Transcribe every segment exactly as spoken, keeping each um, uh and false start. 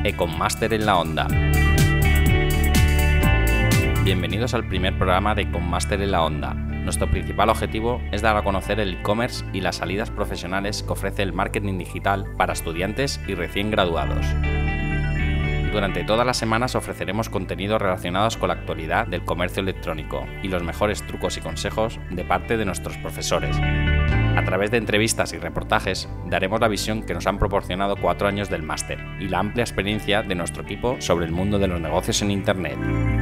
Econmaster en la Onda. Bienvenidos al primer programa de Econmaster en la Onda. Nuestro principal objetivo es dar a conocer el e-commerce y las salidas profesionales que ofrece el marketing digital para estudiantes y recién graduados. Durante todas las semanas ofreceremos contenidos relacionados con la actualidad del comercio electrónico y los mejores trucos y consejos de parte de nuestros profesores. A través de entrevistas y reportajes daremos la visión que nos han proporcionado cuatro años del máster y la amplia experiencia de nuestro equipo sobre el mundo de los negocios en Internet.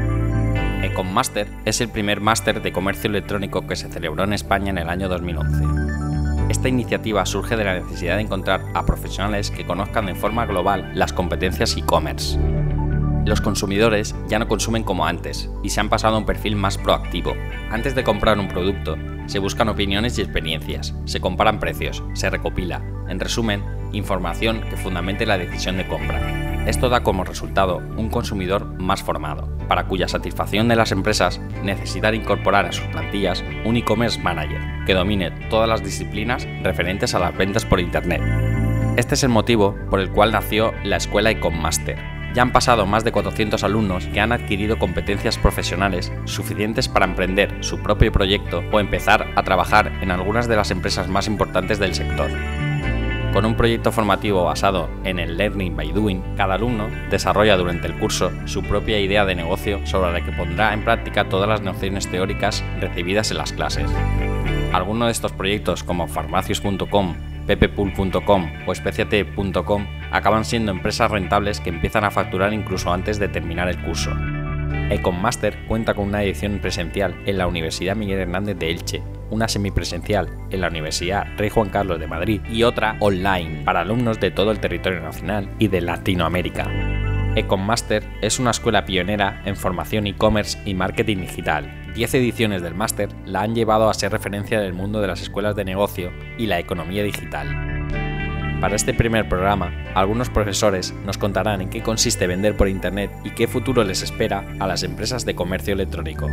Econmaster es el primer máster de comercio electrónico que se celebró en España en el año dos mil once. Esta iniciativa surge de la necesidad de encontrar a profesionales que conozcan de forma global las competencias e-commerce. Los consumidores ya no consumen como antes y se han pasado a un perfil más proactivo. Antes de comprar un producto, se buscan opiniones y experiencias, se comparan precios, se recopila, en resumen, información que fundamente la decisión de compra. Esto da como resultado un consumidor más formado, para cuya satisfacción de las empresas necesitan incorporar a sus plantillas un e-commerce manager que domine todas las disciplinas referentes a las ventas por Internet. Este es el motivo por el cual nació la escuela Econmaster. Ya han pasado más de cuatrocientos alumnos que han adquirido competencias profesionales suficientes para emprender su propio proyecto o empezar a trabajar en algunas de las empresas más importantes del sector. Con un proyecto formativo basado en el Learning by Doing, cada alumno desarrolla durante el curso su propia idea de negocio sobre la que pondrá en práctica todas las nociones teóricas recibidas en las clases. Algunos de estos proyectos, como farmacios punto com, pepepool punto com o especiate punto com, acaban siendo empresas rentables que empiezan a facturar incluso antes de terminar el curso. Econmaster cuenta con una edición presencial en la Universidad Miguel Hernández de Elche, una semipresencial en la Universidad Rey Juan Carlos de Madrid y otra online para alumnos de todo el territorio nacional y de Latinoamérica. Econmaster es una escuela pionera en formación e-commerce y marketing digital. Diez ediciones del máster la han llevado a ser referencia en el mundo de las escuelas de negocio y la economía digital. Para este primer programa, algunos profesores nos contarán en qué consiste vender por Internet y qué futuro les espera a las empresas de comercio electrónico.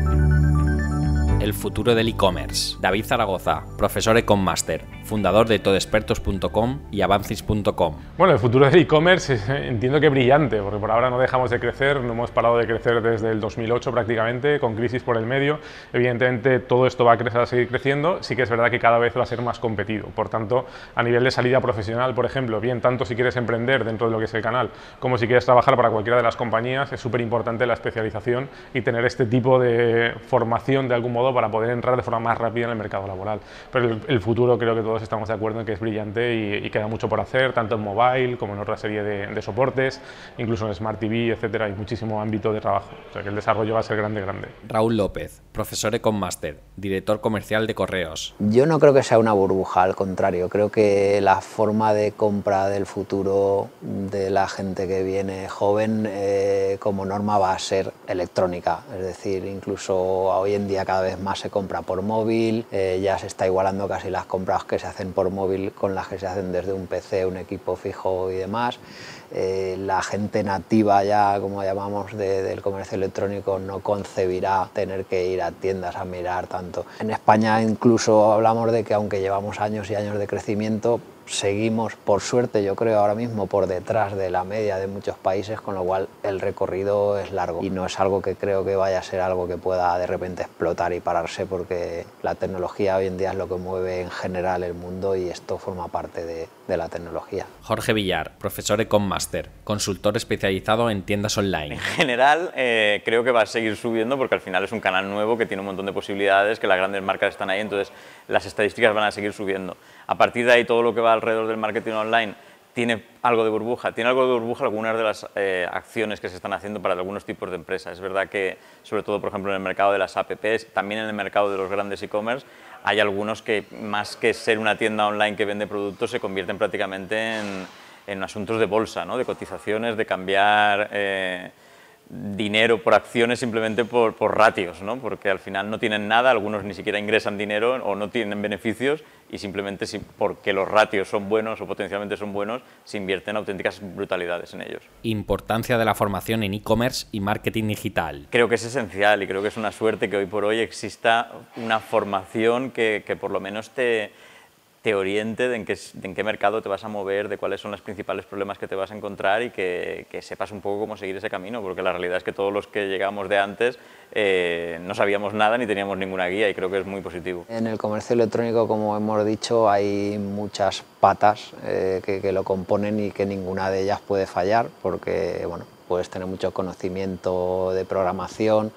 El futuro del e-commerce. David Zaragoza, profesor Econmaster, fundador de todo expertos punto com y avancis punto com. Bueno, el futuro del e-commerce entiendo que brillante, porque por ahora no dejamos de crecer, no hemos parado de crecer desde el dos mil ocho prácticamente, con crisis por el medio. Evidentemente todo esto va a, crecer, a seguir creciendo, sí que es verdad que cada vez va a ser más competido. Por tanto, a nivel de salida profesional, por ejemplo, bien tanto si quieres emprender dentro de lo que es el canal, como si quieres trabajar para cualquiera de las compañías, es súper importante la especialización y tener este tipo de formación de algún modo para poder entrar de forma más rápida en el mercado laboral. Pero el, el futuro creo que todos estamos de acuerdo en que es brillante y, y queda mucho por hacer, tanto en mobile como en otra serie de, de soportes, incluso en Smart T V, etcétera. Hay muchísimo ámbito de trabajo, o sea que el desarrollo va a ser grande, grande. Raúl López, profesor Econmaster, director comercial de Correos. Yo no creo que sea una burbuja, al contrario, creo que la forma de compra del futuro de la gente que viene joven eh, como norma va a ser electrónica, es decir, incluso hoy en día cada vez más se compra por móvil, eh, ya se está igualando casi las compras que se hacen por móvil con las que se hacen desde un P C, un equipo fijo y demás. Eh, la gente nativa ya, como llamamos, de, del comercio electrónico no concebirá tener que ir a tiendas a mirar tanto. En España incluso hablamos de que aunque llevamos años y años de crecimiento, seguimos, por suerte, yo creo ahora mismo por detrás de la media de muchos países, con lo cual el recorrido es largo y no es algo que creo que vaya a ser algo que pueda de repente explotar y pararse, porque la tecnología hoy en día es lo que mueve en general el mundo y esto forma parte de, de la tecnología. Jorge Villar, profesor Econmaster, consultor especializado en tiendas online. En general eh, creo que va a seguir subiendo porque al final es un canal nuevo que tiene un montón de posibilidades, que las grandes marcas están ahí, entonces las estadísticas van a seguir subiendo. A partir de ahí todo lo que va alrededor del marketing online tiene algo de burbuja, tiene algo de burbuja algunas de las eh, acciones que se están haciendo para algunos tipos de empresas. Es verdad que, sobre todo, por ejemplo, en el mercado de las apps, también en el mercado de los grandes e-commerce, hay algunos que, más que ser una tienda online que vende productos, se convierten prácticamente en, en asuntos de bolsa, ¿no? De cotizaciones, de cambiar eh, dinero por acciones simplemente por, por ratios, ¿no? Porque al final no tienen nada, algunos ni siquiera ingresan dinero o no tienen beneficios y simplemente si, porque los ratios son buenos o potencialmente son buenos, se invierten auténticas brutalidades en ellos. Importancia de la formación en e-commerce y marketing digital. Creo que es esencial y creo que es una suerte que hoy por hoy exista una formación que, que por lo menos te, te oriente de en, qué, de en qué mercado te vas a mover, de cuáles son los principales problemas que te vas a encontrar y que, que sepas un poco cómo seguir ese camino, porque la realidad es que todos los que llegamos de antes eh, no sabíamos nada ni teníamos ninguna guía y creo que es muy positivo. En el comercio electrónico, como hemos dicho, hay muchas patas eh, que, que lo componen y que ninguna de ellas puede fallar, porque bueno, puedes tener mucho conocimiento de programación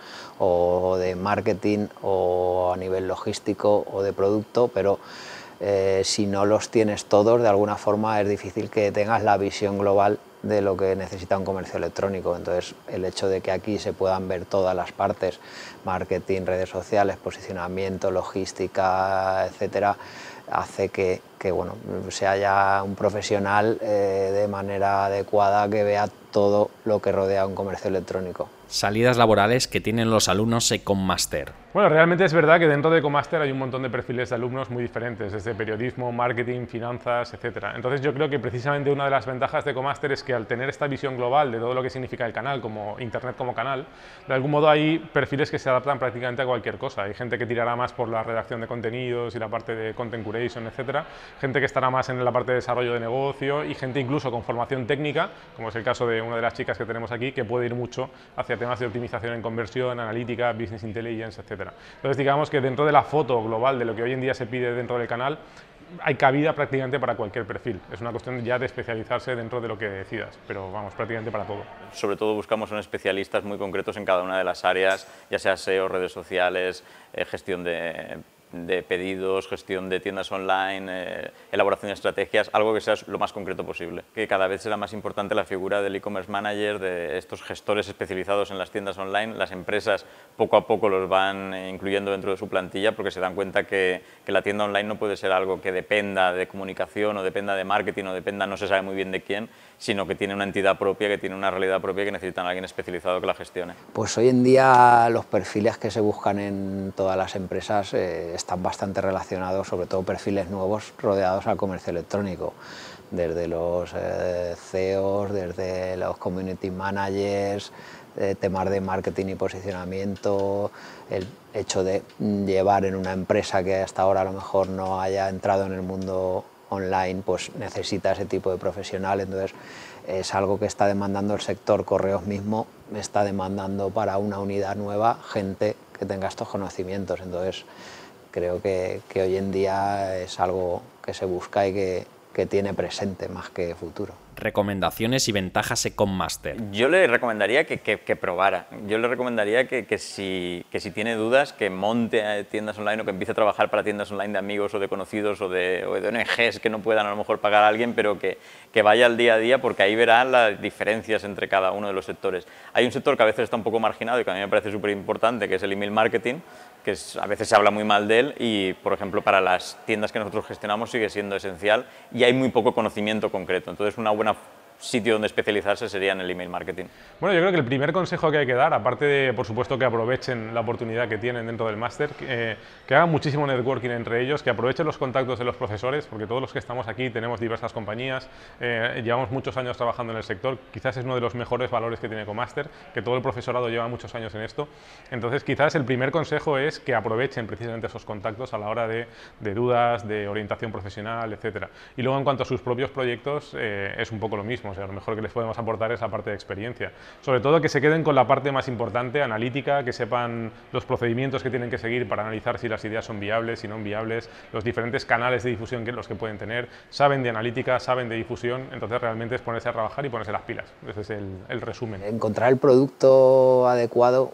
o de marketing o a nivel logístico o de producto, pero eh, si no los tienes todos, de alguna forma es difícil que tengas la visión global de lo que necesita un comercio electrónico. Entonces, el hecho de que aquí se puedan ver todas las partes, marketing, redes sociales, posicionamiento, logística, etcétera, hace que, que bueno, sea ya un profesional eh, de manera adecuada que vea todo lo que rodea un comercio electrónico. Salidas laborales que tienen los alumnos Ecommaster. Bueno, realmente es verdad que dentro de Ecommaster hay un montón de perfiles de alumnos muy diferentes, desde periodismo, marketing, finanzas, etcétera. Entonces yo creo que precisamente una de las ventajas de Ecommaster es que al tener esta visión global de todo lo que significa el canal, como Internet como canal, de algún modo hay perfiles que se adaptan prácticamente a cualquier cosa. Hay gente que tirará más por la redacción de contenidos y la parte de content curation, etcétera. Gente que estará más en la parte de desarrollo de negocio y gente incluso con formación técnica, como es el caso de una de las chicas que tenemos aquí, que puede ir mucho hacia temas de optimización en conversión, analítica, business intelligence, etcétera. Entonces digamos que dentro de la foto global de lo que hoy en día se pide dentro del canal hay cabida prácticamente para cualquier perfil. Es una cuestión ya de especializarse dentro de lo que decidas, pero vamos, prácticamente para todo. Sobre todo buscamos son especialistas muy concretos en cada una de las áreas, ya sea S E O, redes sociales, eh, gestión de de pedidos, gestión de tiendas online, eh, elaboración de estrategias, algo que sea lo más concreto posible. Que cada vez será más importante la figura del e-commerce manager, de estos gestores especializados en las tiendas online. Las empresas poco a poco los van incluyendo dentro de su plantilla porque se dan cuenta que, que la tienda online no puede ser algo que dependa de comunicación o dependa de marketing o dependa no se sabe muy bien de quién, sino que tiene una entidad propia, que tiene una realidad propia que necesitan a alguien especializado que la gestione. Pues hoy en día los perfiles que se buscan en todas las empresas eh, están bastante relacionados, sobre todo perfiles nuevos rodeados al comercio electrónico, desde los eh, C E Os, desde los community managers, eh, temas de marketing y posicionamiento, el hecho de llevar en una empresa que hasta ahora a lo mejor no haya entrado en el mundo online, pues necesita ese tipo de profesional. Entonces es algo que está demandando el sector correos mismo, está demandando para una unidad nueva gente que tenga estos conocimientos. Entonces creo que, que hoy en día es algo que se busca y que, que tiene presente más que futuro. Recomendaciones y ventajas Ecommaster. Yo le recomendaría que, que, que probara. Yo le recomendaría que, que, si, que si tiene dudas, que monte tiendas online o que empiece a trabajar para tiendas online de amigos o de conocidos o de, o de O N Ges que no puedan a lo mejor pagar a alguien, pero que, que vaya al día a día porque ahí verán las diferencias entre cada uno de los sectores. Hay un sector que a veces está un poco marginado y que a mí me parece súper importante, que es el email marketing, que es, a veces se habla muy mal de él y, por ejemplo, para las tiendas que nosotros gestionamos sigue siendo esencial y hay muy poco conocimiento concreto. Entonces, una buena sitio donde especializarse sería en el email marketing. Bueno, yo creo que el primer consejo que hay que dar, aparte de, por supuesto, que aprovechen la oportunidad que tienen dentro del máster, eh, que hagan muchísimo networking entre ellos, que aprovechen los contactos de los profesores, porque todos los que estamos aquí tenemos diversas compañías, eh, llevamos muchos años trabajando en el sector, quizás es uno de los mejores valores que tiene Ecommaster, que todo el profesorado lleva muchos años en esto. Entonces, quizás el primer consejo es que aprovechen precisamente esos contactos a la hora de, de dudas, de orientación profesional, etcétera. Y luego, en cuanto a sus propios proyectos, eh, es un poco lo mismo. O sea, lo mejor que les podemos aportar es la parte de experiencia. Sobre todo que se queden con la parte más importante, analítica, que sepan los procedimientos que tienen que seguir para analizar si las ideas son viables, si no viables, los diferentes canales de difusión que los que pueden tener, saben de analítica, saben de difusión, entonces realmente es ponerse a trabajar y ponerse las pilas. Ese es el, el resumen. Encontrar el producto adecuado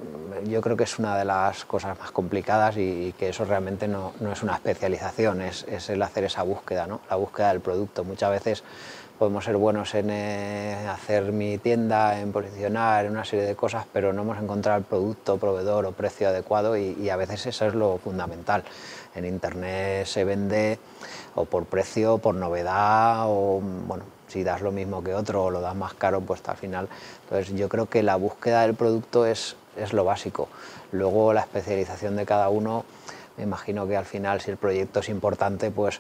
yo creo que es una de las cosas más complicadas y, y que eso realmente no, no es una especialización, es, es el hacer esa búsqueda, ¿no? La búsqueda del producto. Muchas veces podemos ser buenos en eh, hacer mi tienda, en posicionar, en una serie de cosas, pero no hemos encontrado el producto, proveedor o precio adecuado y, y a veces eso es lo fundamental. En Internet se vende o por precio, por novedad o, bueno, si das lo mismo que otro o lo das más caro, pues al final. Entonces yo creo que la búsqueda del producto es, es lo básico. Luego la especialización de cada uno, me imagino que al final si el proyecto es importante, pues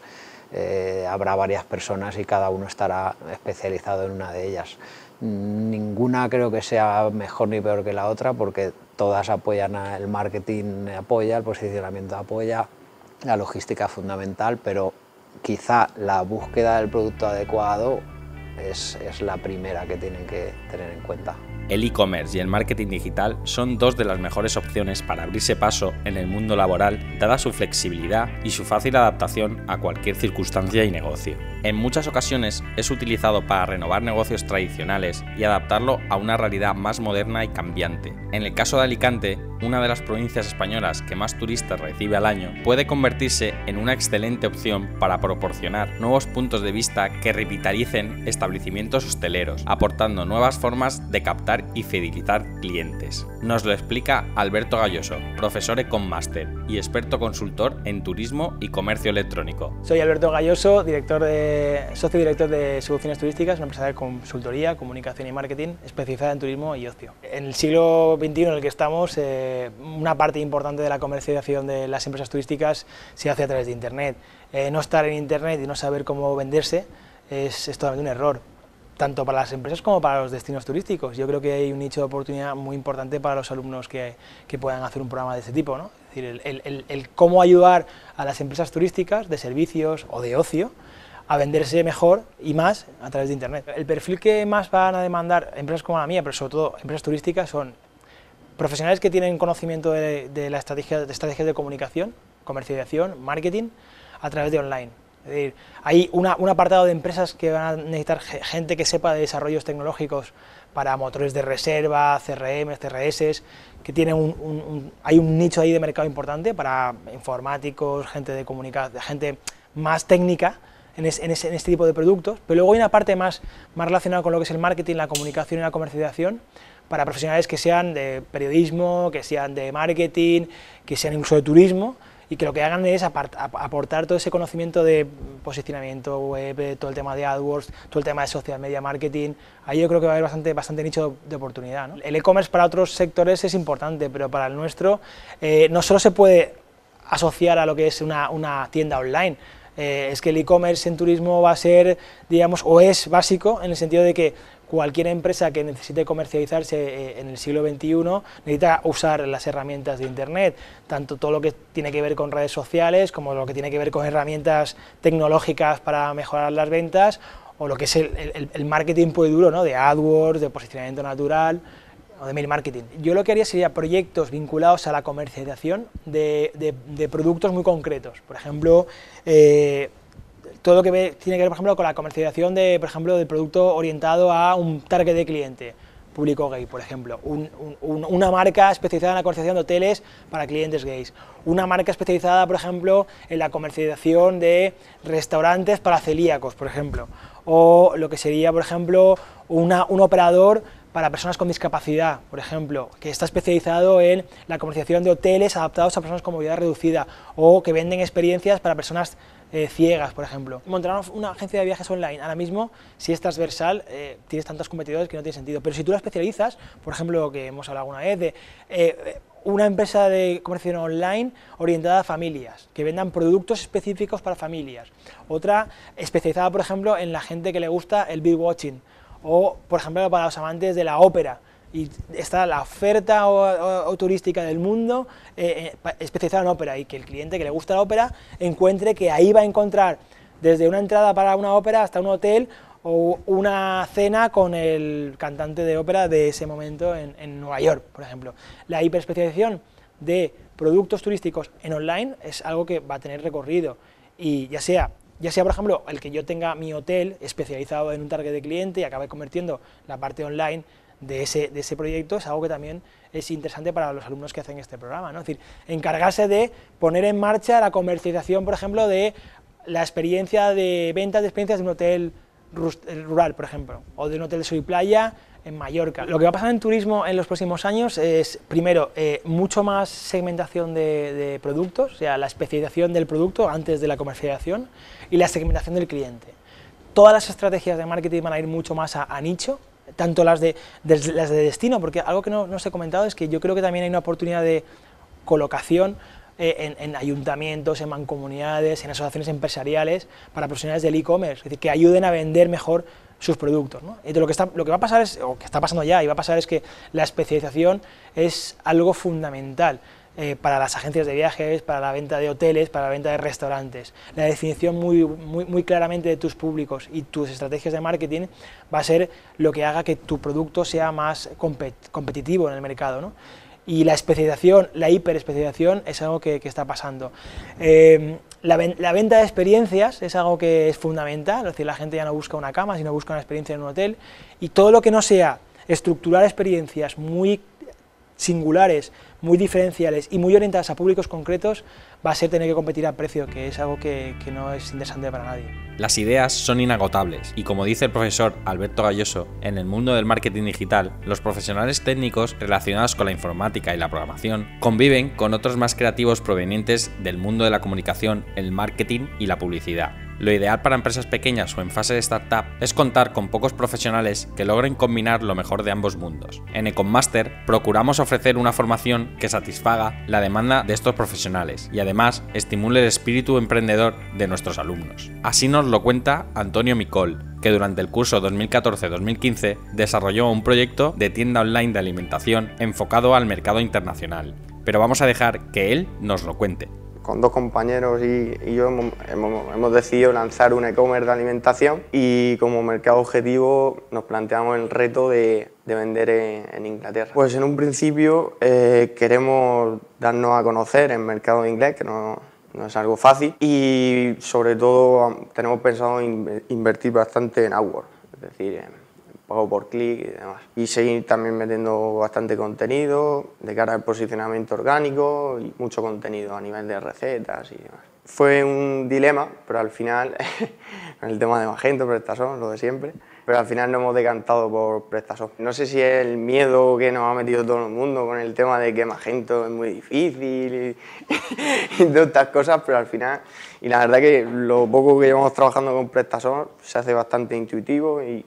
eh, habrá varias personas y cada uno estará especializado en una de ellas. Ninguna creo que sea mejor ni peor que la otra porque todas apoyan, el marketing apoya, el posicionamiento apoya, la logística es fundamental, pero quizá la búsqueda del producto adecuado es, es la primera que tienen que tener en cuenta. El e-commerce y el marketing digital son dos de las mejores opciones para abrirse paso en el mundo laboral, dada su flexibilidad y su fácil adaptación a cualquier circunstancia y negocio. En muchas ocasiones es utilizado para renovar negocios tradicionales y adaptarlo a una realidad más moderna y cambiante. En el caso de Alicante, una de las provincias españolas que más turistas recibe al año, puede convertirse en una excelente opción para proporcionar nuevos puntos de vista que revitalicen establecimientos hosteleros, aportando nuevas formas de captar y fidelizar clientes. Nos lo explica Alberto Galloso, profesor Ecom Master y experto consultor en turismo y comercio electrónico. Soy Alberto Galloso, director de, socio director de Soluciones Turísticas, una empresa de consultoría, comunicación y marketing especializada en turismo y ocio. En el siglo veintiuno en el que estamos, eh, una parte importante de la comercialización de las empresas turísticas se hace a través de Internet. Eh, no estar en Internet y no saber cómo venderse es, es totalmente un error, tanto para las empresas como para los destinos turísticos. Yo creo que hay un nicho de oportunidad muy importante para los alumnos que, que puedan hacer un programa de este tipo, ¿no? Es decir, el, el, el, el cómo ayudar a las empresas turísticas de servicios o de ocio a venderse mejor y más a través de Internet. El perfil que más van a demandar empresas como la mía, pero sobre todo empresas turísticas, son profesionales que tienen conocimiento de, de las estrategias de, estrategias de comunicación, comercialización, marketing, a través de online. Es decir, hay una, un apartado de empresas que van a necesitar gente que sepa de desarrollos tecnológicos para motores de reserva, C R M, C R S, que tienen un, un, un, hay un nicho ahí de mercado importante para informáticos, gente de comunicación, gente más técnica en, es, en, ese, en este tipo de productos, pero luego hay una parte más, más relacionada con lo que es el marketing, la comunicación y la comercialización, para profesionales que sean de periodismo, que sean de marketing, que sean incluso de turismo, y que lo que hagan es aportar todo ese conocimiento de posicionamiento web, todo el tema de AdWords, todo el tema de social media marketing. Ahí yo creo que va a haber bastante, bastante nicho de oportunidad, ¿no? El e-commerce para otros sectores es importante, pero para el nuestro eh, no solo se puede asociar a lo que es una, una tienda online, eh, es que el e-commerce en turismo va a ser, digamos, o es básico en el sentido de que cualquier empresa que necesite comercializarse en el siglo veintiuno necesita usar las herramientas de Internet, tanto todo lo que tiene que ver con redes sociales, como lo que tiene que ver con herramientas tecnológicas para mejorar las ventas, o lo que es el, el, el marketing puro y duro, ¿no? De AdWords, de posicionamiento natural, o de mail marketing. Yo lo que haría sería proyectos vinculados a la comercialización de, de, de productos muy concretos. Por ejemplo, eh, todo lo que ve, tiene que ver, por ejemplo, con la comercialización de, por ejemplo, del producto orientado a un target de cliente, público gay, por ejemplo, un, un, una marca especializada en la comercialización de hoteles para clientes gays, una marca especializada, por ejemplo, en la comercialización de restaurantes para celíacos, por ejemplo, o lo que sería, por ejemplo, una, un operador para personas con discapacidad, por ejemplo, que está especializado en la comercialización de hoteles adaptados a personas con movilidad reducida, o que venden experiencias para personas eh, ciegas, por ejemplo. Montar una agencia de viajes online, ahora mismo, si es transversal, eh, tienes tantos competidores que no tiene sentido, pero si tú la especializas, por ejemplo, lo que hemos hablado alguna vez, de eh, una empresa de comercio online orientada a familias, que vendan productos específicos para familias, otra especializada, por ejemplo, en la gente que le gusta el beach watching, o, por ejemplo, para los amantes de la ópera, y está la oferta o, o, o turística del mundo eh, eh, especializada en ópera, y que el cliente que le gusta la ópera encuentre que ahí va a encontrar desde una entrada para una ópera hasta un hotel o una cena con el cantante de ópera de ese momento en, en Nueva York, por ejemplo. La hiperespecialización de productos turísticos en online es algo que va a tener recorrido, y ya sea ya sea, por ejemplo, el que yo tenga mi hotel especializado en un target de cliente y acabe convirtiendo la parte online de ese, de ese proyecto, es algo que también es interesante para los alumnos que hacen este programa, ¿no? Es decir, encargarse de poner en marcha la comercialización, por ejemplo, de la experiencia de ventas de experiencias de un hotel rural, por ejemplo, o de un hotel de sol y playa en Mallorca. Lo que va a pasar en turismo en los próximos años es, primero, eh, mucho más segmentación de, de productos, o sea, la especialización del producto antes de la comercialización, y la segmentación del cliente. Todas las estrategias de marketing van a ir mucho más a, a nicho, tanto las de, de, las de destino, porque algo que no, no os he comentado es que yo creo que también hay una oportunidad de colocación eh, en, en ayuntamientos, en mancomunidades, en asociaciones empresariales para profesionales del e-commerce, es decir, que ayuden a vender mejor sus productos, ¿no? Entonces, lo que, está, lo que va a pasar es, o que está pasando ya y va a pasar, es que la especialización es algo fundamental. eh, para las agencias de viajes, para la venta de hoteles, para la venta de restaurantes. La definición muy, muy, muy claramente de tus públicos y tus estrategias de marketing va a ser lo que haga que tu producto sea más compet competitivo en el mercado, ¿no? Y la especialización, la hiperespecialización es algo que, que está pasando. Eh, la, ven la venta de experiencias es algo que es fundamental, es decir, la gente ya no busca una cama, sino busca una experiencia en un hotel, y todo lo que no sea estructurar experiencias muy singulares, muy diferenciales y muy orientadas a públicos concretos, va a ser tener que competir a precio, que es algo que, que no es interesante para nadie. Las ideas son inagotables y, como dice el profesor Alberto Galloso, en el mundo del marketing digital, los profesionales técnicos relacionados con la informática y la programación conviven con otros más creativos provenientes del mundo de la comunicación, el marketing y la publicidad. Lo ideal para empresas pequeñas o en fase de startup es contar con pocos profesionales que logren combinar lo mejor de ambos mundos. En Ecommaster procuramos ofrecer una formación que satisfaga la demanda de estos profesionales y además estimule el espíritu emprendedor de nuestros alumnos. Así nos lo cuenta Antonio Micol, que durante el curso dos mil catorce dos mil quince desarrolló un proyecto de tienda online de alimentación enfocado al mercado internacional. Pero vamos a dejar que él nos lo cuente. Con dos compañeros y, y yo hemos, hemos, hemos decidido lanzar un e-commerce de alimentación y como mercado objetivo nos planteamos el reto de, de vender en, en Inglaterra. Pues en un principio eh, queremos darnos a conocer en mercado inglés, que no, no es algo fácil, y sobre todo tenemos pensado in, invertir bastante en AdWords, es decir, en pago por clic y demás. Y seguir también metiendo bastante contenido de cara al posicionamiento orgánico y mucho contenido a nivel de recetas y demás. Fue un dilema, pero al final, con el tema de Magento, PrestaShop, lo de siempre, pero al final nos hemos decantado por PrestaShop. No sé si es el miedo que nos ha metido todo el mundo con el tema de que Magento es muy difícil y, y todas estas cosas, pero al final, y la verdad que lo poco que llevamos trabajando con PrestaShop se hace bastante intuitivo y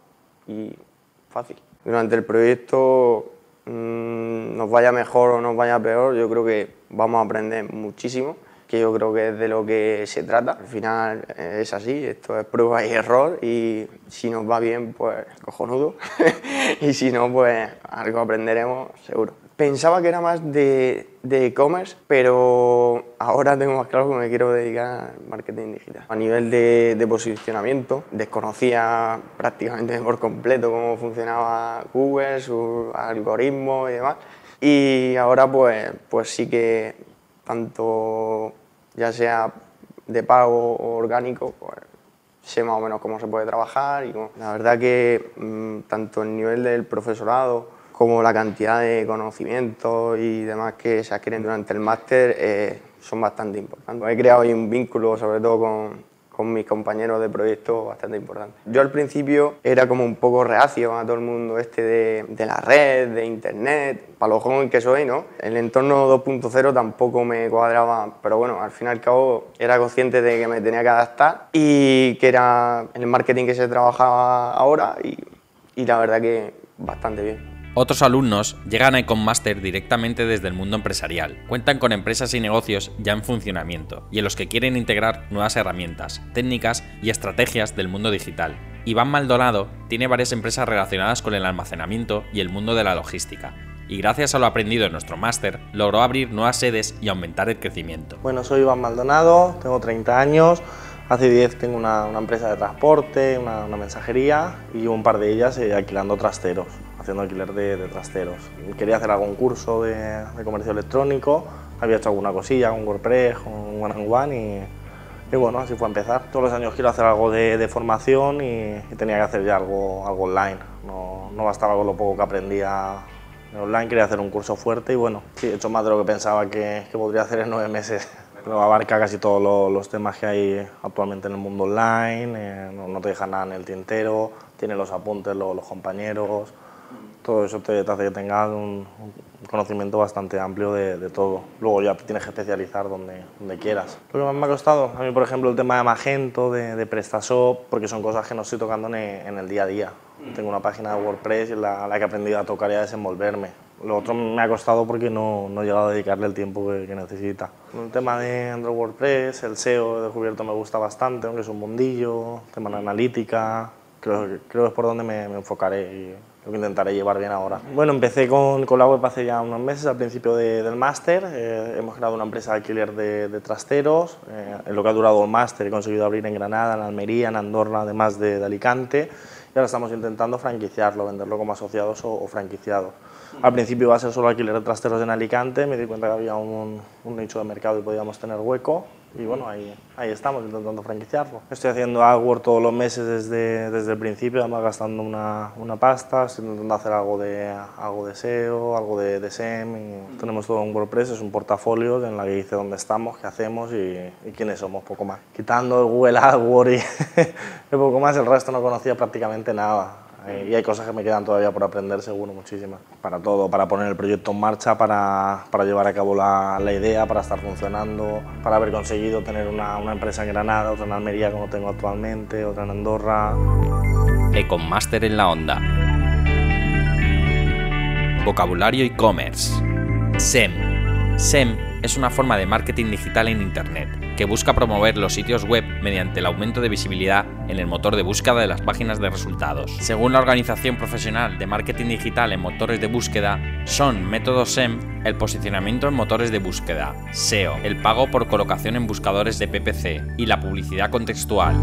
y fácil. Durante el proyecto, mmm, nos vaya mejor o nos vaya peor, yo creo que vamos a aprender muchísimo, que yo creo que es de lo que se trata. Al final es así, esto es prueba y error y si nos va bien, pues cojonudo, y si no, pues algo aprenderemos seguro. Pensaba que era más de e-commerce, pero ahora tengo más claro que me quiero dedicar al marketing digital. A nivel de, de posicionamiento, desconocía prácticamente por completo cómo funcionaba Google, sus algoritmos y demás. Y ahora pues, pues sí que tanto ya sea de pago o orgánico, pues sé más o menos cómo se puede trabajar. Y bueno, la verdad que mmm, tanto el nivel del profesorado como la cantidad de conocimientos y demás que se adquieren durante el máster eh, son bastante importantes. He creado ahí un vínculo, sobre todo con, con mis compañeros de proyecto, bastante importante. Yo al principio era como un poco reacio a todo el mundo este de, de la red, de internet, para lo joven que soy, ¿no? El entorno dos punto cero tampoco me cuadraba, pero bueno, al fin y al cabo era consciente de que me tenía que adaptar y que era el marketing que se trabajaba ahora y, y la verdad que bastante bien. Otros alumnos llegan a Ecommaster directamente desde el mundo empresarial, cuentan con empresas y negocios ya en funcionamiento y en los que quieren integrar nuevas herramientas, técnicas y estrategias del mundo digital. Iván Maldonado tiene varias empresas relacionadas con el almacenamiento y el mundo de la logística, y gracias a lo aprendido en nuestro máster logró abrir nuevas sedes y aumentar el crecimiento. Bueno, soy Iván Maldonado, tengo treinta años. Hace diez tengo una, una empresa de transporte, una, una mensajería y llevo un par de ellas eh, alquilando trasteros, haciendo alquiler de, de trasteros. Quería hacer algún curso de, de comercio electrónico, había hecho alguna cosilla con WordPress, con One and One y, y bueno, así fue a empezar. Todos los años quiero hacer algo de, de formación y, y tenía que hacer ya algo, algo online, no, no bastaba con lo poco que aprendía online, quería hacer un curso fuerte y bueno, sí, he hecho más de lo que pensaba que, que podría hacer en nueve meses. Pero abarca casi todos los, los temas que hay actualmente en el mundo online, eh, no, no te deja nada en el tintero, tiene los apuntes, los, los compañeros, todo eso te, te hace que tengas un, un conocimiento bastante amplio de, de todo. Luego ya te tienes que especializar donde, donde quieras. Lo que más me ha costado, a mí por ejemplo el tema de Magento, de, de PrestaShop, porque son cosas que no estoy tocando en el, en el día a día. Tengo una página de WordPress en la, la que he aprendido a tocar y a desenvolverme. Lo otro me ha costado porque no, no he llegado a dedicarle el tiempo que, que necesita. El tema de Android WordPress, el S E O descubierto me gusta bastante, aunque es un mundillo, tema de analítica, creo, creo que es por donde me, me enfocaré y lo que intentaré llevar bien ahora. Bueno, empecé con, con la web hace ya unos meses, al principio de, del máster. Eh, hemos creado una empresa de alquiler de, de trasteros. Eh, en lo que ha durado el máster he conseguido abrir en Granada, en Almería, en Andorra, además de, de Alicante. Y ahora estamos intentando franquiciarlo, venderlo como asociados o, o franquiciados. Al principio iba a ser solo alquiler de trasteros en Alicante, me di cuenta que había un, un nicho de mercado y podíamos tener hueco. Y bueno, ahí, ahí estamos intentando franquiciarlo. Estoy haciendo AdWords todos los meses desde, desde el principio, además gastando una, una pasta, estoy intentando hacer algo de, algo de S E O, algo de, de S E M. Y tenemos todo un WordPress, es un portafolio en la que dice dónde estamos, qué hacemos y, y quiénes somos, poco más. Quitando el Google AdWords y, y poco más, el resto no conocía prácticamente nada. Y hay cosas que me quedan todavía por aprender, seguro, muchísimas. Para todo, para poner el proyecto en marcha, para, para llevar a cabo la, la idea, para estar funcionando, para haber conseguido tener una, una empresa en Granada, otra en Almería como tengo actualmente, otra en Andorra. Ecommaster en la onda. Vocabulario e-commerce. S E M. S E M es una forma de marketing digital en Internet que busca promover los sitios web mediante el aumento de visibilidad en el motor de búsqueda de las páginas de resultados. Según la Organización Profesional de Marketing Digital en Motores de Búsqueda, son métodos S E M el posicionamiento en motores de búsqueda, S E O, el pago por colocación en buscadores de P P C y la publicidad contextual.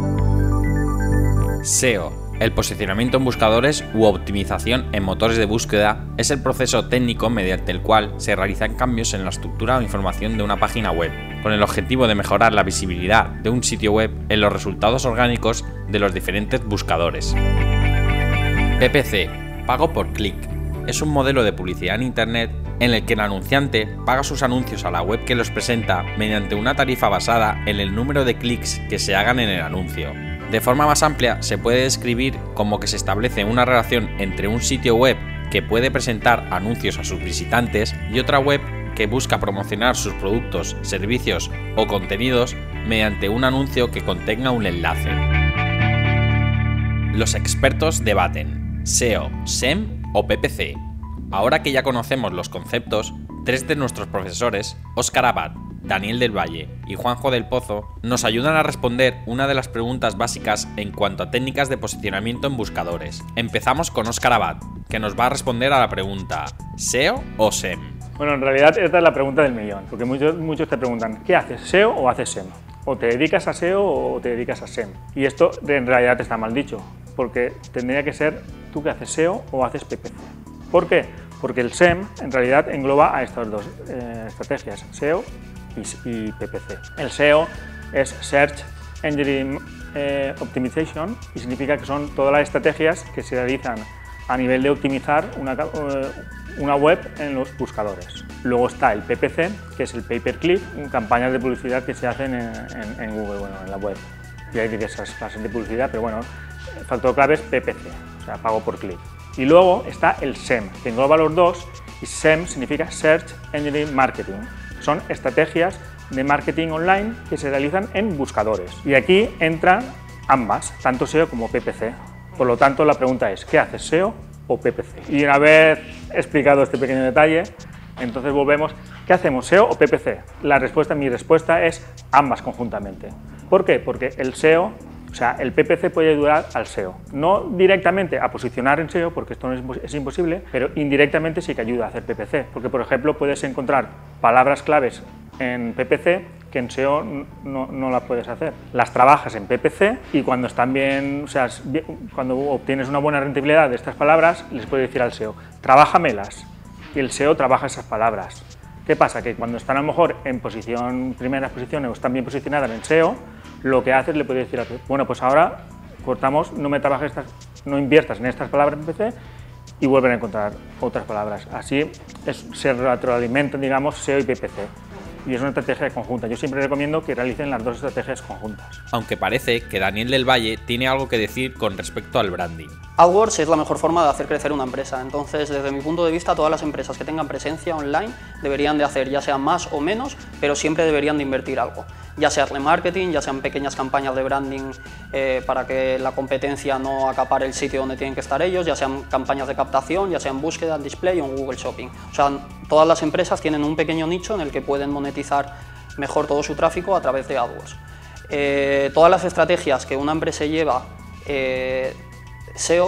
S E O, el posicionamiento en buscadores u optimización en motores de búsqueda, es el proceso técnico mediante el cual se realizan cambios en la estructura o información de una página web, con el objetivo de mejorar la visibilidad de un sitio web en los resultados orgánicos de los diferentes buscadores. P P C, pago por clic, es un modelo de publicidad en Internet en el que el anunciante paga sus anuncios a la web que los presenta mediante una tarifa basada en el número de clics que se hagan en el anuncio. De forma más amplia, se puede describir como que se establece una relación entre un sitio web que puede presentar anuncios a sus visitantes y otra web que busca promocionar sus productos, servicios o contenidos mediante un anuncio que contenga un enlace. Los expertos debaten S E O, S E M o P P C. Ahora que ya conocemos los conceptos, tres de nuestros profesores, Óscar Abad, Daniel del Valle y Juanjo del Pozo, nos ayudan a responder una de las preguntas básicas en cuanto a técnicas de posicionamiento en buscadores. Empezamos con Óscar Abad, que nos va a responder a la pregunta ¿S E O o S E M? Bueno, en realidad esta es la pregunta del millón, porque muchos, muchos te preguntan ¿qué haces, S E O o haces S E M? O te dedicas a S E O o te dedicas a S E M. Y esto en realidad está mal dicho, porque tendría que ser tú que haces S E O o haces P P C. ¿Por qué? Porque el S E M en realidad engloba a estas dos eh, estrategias, S E O y P P C. El S E O es Search Engine eh, Optimization y significa que son todas las estrategias que se realizan a nivel de optimizar una, eh, una web en los buscadores. Luego está el P P C, que es el Pay Per Click, campañas de publicidad que se hacen en, en, en Google, bueno, en la web. Y hay diversas clases de publicidad, pero bueno, el factor clave es P P C, o sea, pago por clic. Y luego está el S E M, que engloba los dos, y S E M significa Search Engine Marketing. Son estrategias de marketing online que se realizan en buscadores. Y aquí entran ambas, tanto S E O como P P C. Por lo tanto, la pregunta es, ¿qué haces, S E O o P P C? Y una vez explicado este pequeño detalle, entonces volvemos, ¿qué hacemos, S E O o P P C? La respuesta, mi respuesta es ambas conjuntamente. ¿Por qué? Porque el S E O, o sea, el P P C puede ayudar al S E O. No directamente a posicionar en S E O, porque esto no es, es imposible, pero indirectamente sí que ayuda a hacer P P C. Porque, por ejemplo, puedes encontrar palabras claves en P P C que en S E O no, no las puedes hacer. Las trabajas en P P C y cuando están bien, o sea, cuando obtienes una buena rentabilidad de estas palabras, les puedes decir al S E O, trabájamelas. Y el S E O trabaja esas palabras. ¿Qué pasa? Que cuando están a lo mejor en posición, primeras posiciones o están bien posicionadas en S E O, lo que haces le puedes decir a tu, bueno, pues ahora cortamos, no me trabajes estas, no inviertas en estas palabras en P P C y vuelven a encontrar otras palabras. Así es, se retroalimentan, digamos, S E O y P P C. Y es una estrategia conjunta. Yo siempre recomiendo que realicen las dos estrategias conjuntas. Aunque parece que Daniel del Valle tiene algo que decir con respecto al branding. AdWords es la mejor forma de hacer crecer una empresa, entonces desde mi punto de vista todas las empresas que tengan presencia online deberían de hacer ya sea más o menos, pero siempre deberían de invertir algo, ya sea remarketing, ya sean pequeñas campañas de branding eh, para que la competencia no acapare el sitio donde tienen que estar ellos, ya sean campañas de captación, ya sean búsqueda, display o en Google Shopping. O sea, todas las empresas tienen un pequeño nicho en el que pueden monetizar mejor todo su tráfico a través de AdWords. Eh, todas las estrategias que una empresa lleva, eh, S E O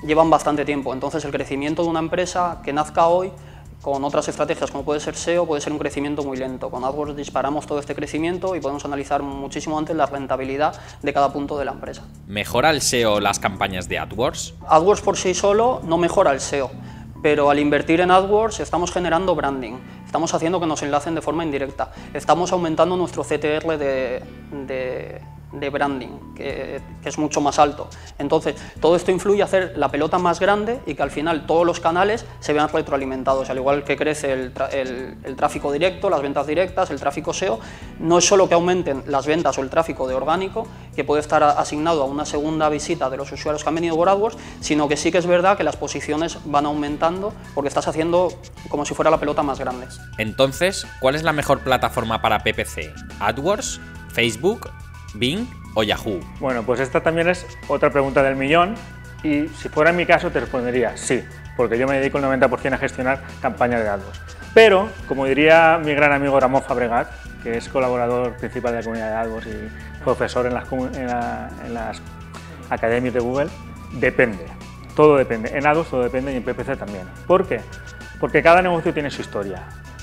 llevan bastante tiempo. Entonces el crecimiento de una empresa que nazca hoy con otras estrategias como puede ser S E O puede ser un crecimiento muy lento. Con AdWords disparamos todo este crecimiento y podemos analizar muchísimo antes la rentabilidad de cada punto de la empresa. ¿Mejora el S E O las campañas de AdWords? AdWords por sí solo no mejora el S E O, pero al invertir en AdWords estamos generando branding, estamos haciendo que nos enlacen de forma indirecta, estamos aumentando nuestro C T R de, de, de branding, que, que es mucho más alto. Entonces, todo esto influye a hacer la pelota más grande y que al final todos los canales se vean retroalimentados, al igual que crece el, el, el tráfico directo, las ventas directas, el tráfico S E O, no es solo que aumenten las ventas o el tráfico de orgánico, que puede estar asignado a una segunda visita de los usuarios que han venido por AdWords, sino que sí que es verdad que las posiciones van aumentando porque estás haciendo como si fuera la pelota más grande. Entonces, ¿cuál es la mejor plataforma para P P C? ¿AdWords, Facebook, Bing o Yahoo? Bueno, pues esta también es otra pregunta del millón y si fuera en mi caso te respondería sí, porque yo me dedico el noventa por cien a gestionar campañas de AdWords. Pero, como diría mi gran amigo Ramón Fabregat, que es colaborador principal de la comunidad de AdWords y profesor en las, en la, en las academias de Google, depende, todo depende. En AdWords todo depende y en P P C también. ¿Por qué? Porque cada negocio tiene su historia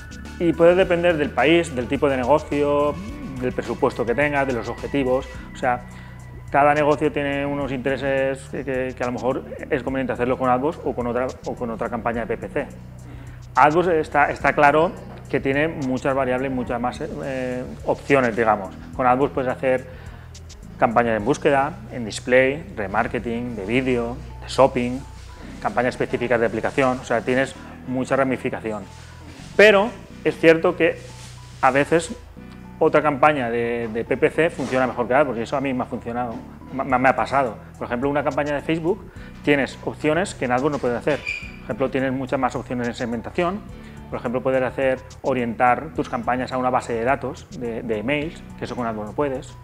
y puede depender del país, del tipo de negocio, del presupuesto que tenga, de los objetivos. O sea, cada negocio tiene unos intereses que, que a lo mejor es conveniente hacerlo con AdWords o con otra, o con otra campaña de P P C. AdWords está, está claro que tiene muchas variables, muchas más eh, opciones, digamos. Con AdWords puedes hacer campañas en búsqueda, en display, remarketing, de vídeo, de shopping, campañas específicas de aplicación, o sea, tienes mucha ramificación. Pero es cierto que a veces otra campaña de, de P P C funciona mejor que AdWords y eso a mí me ha funcionado, me, me ha pasado. Por ejemplo, una campaña de Facebook tienes opciones que en AdWords no puedes hacer. Por ejemplo, tienes muchas más opciones en segmentación. Por ejemplo, puedes hacer, orientar tus campañas a una base de datos de, de emails, que eso con AdWords no puedes.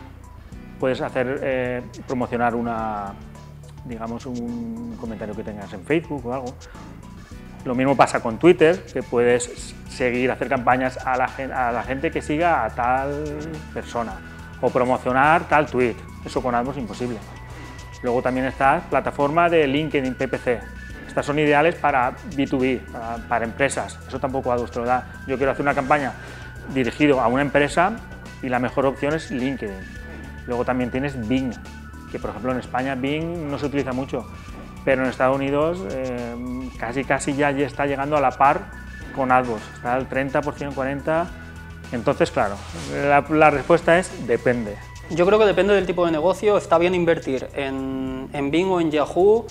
Puedes hacer, eh, promocionar una, digamos, un comentario que tengas en Facebook o algo. Lo mismo pasa con Twitter, que puedes seguir, hacer campañas a la, a la gente que siga a tal persona o promocionar tal tweet. Eso con AdWords es imposible. Luego también está plataforma de LinkedIn P P C. Estas son ideales para B dos B, para, para empresas. Eso tampoco AdWords te lo da. Yo quiero hacer una campaña dirigida a una empresa y la mejor opción es LinkedIn. Luego también tienes Bing, que por ejemplo en España Bing no se utiliza mucho, pero en Estados Unidos eh, casi casi ya, ya está llegando a la par con AdWords, está al treinta por ciento, cuarenta por ciento. Entonces, claro, la, la respuesta es depende. Yo creo que depende del tipo de negocio, está bien invertir en, en Bing o en Yahoo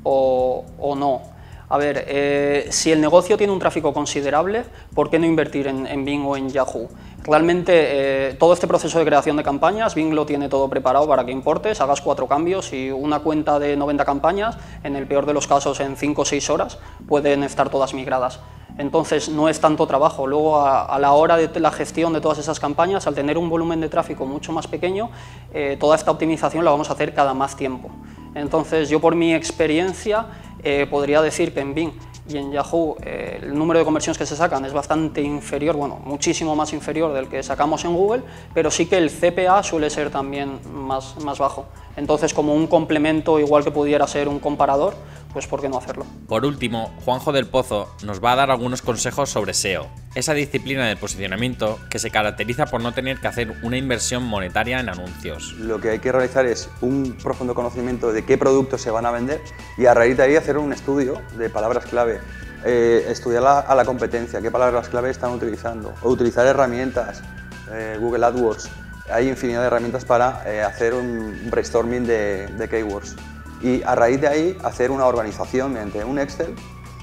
o, o no. A ver, eh, si el negocio tiene un tráfico considerable, ¿por qué no invertir en, en Bing o en Yahoo? Realmente eh, todo este proceso de creación de campañas, Bing lo tiene todo preparado para que importes, hagas cuatro cambios y una cuenta de noventa campañas, en el peor de los casos en cinco o seis horas, pueden estar todas migradas. Entonces no es tanto trabajo. Luego a, a la hora de la gestión de todas esas campañas, al tener un volumen de tráfico mucho más pequeño, eh, toda esta optimización la vamos a hacer cada más tiempo. Entonces yo por mi experiencia eh, podría decir que en Bing y en Yahoo eh, el número de conversiones que se sacan es bastante inferior, bueno, muchísimo más inferior del que sacamos en Google, pero sí que el C P A suele ser también más, más bajo. Entonces, como un complemento, igual que pudiera ser un comparador, pues ¿por qué no hacerlo? Por último, Juanjo del Pozo nos va a dar algunos consejos sobre S E O, esa disciplina del posicionamiento que se caracteriza por no tener que hacer una inversión monetaria en anuncios. Lo que hay que realizar es un profundo conocimiento de qué productos se van a vender y a raíz de ahí hacer un estudio de palabras clave, eh, estudiar la, a la competencia, qué palabras clave están utilizando, o utilizar herramientas, eh, Google AdWords. Hay infinidad de herramientas para eh, hacer un brainstorming de, de keywords y a raíz de ahí hacer una organización mediante un Excel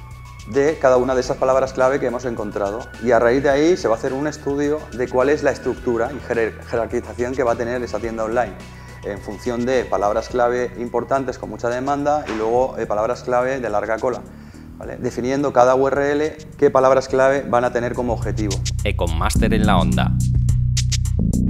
de cada una de esas palabras clave que hemos encontrado y a raíz de ahí se va a hacer un estudio de cuál es la estructura y jerarquización que va a tener esa tienda online en función de palabras clave importantes con mucha demanda y luego eh, palabras clave de larga cola, ¿vale? Definiendo cada U R L qué palabras clave van a tener como objetivo. Ecom Master en la onda.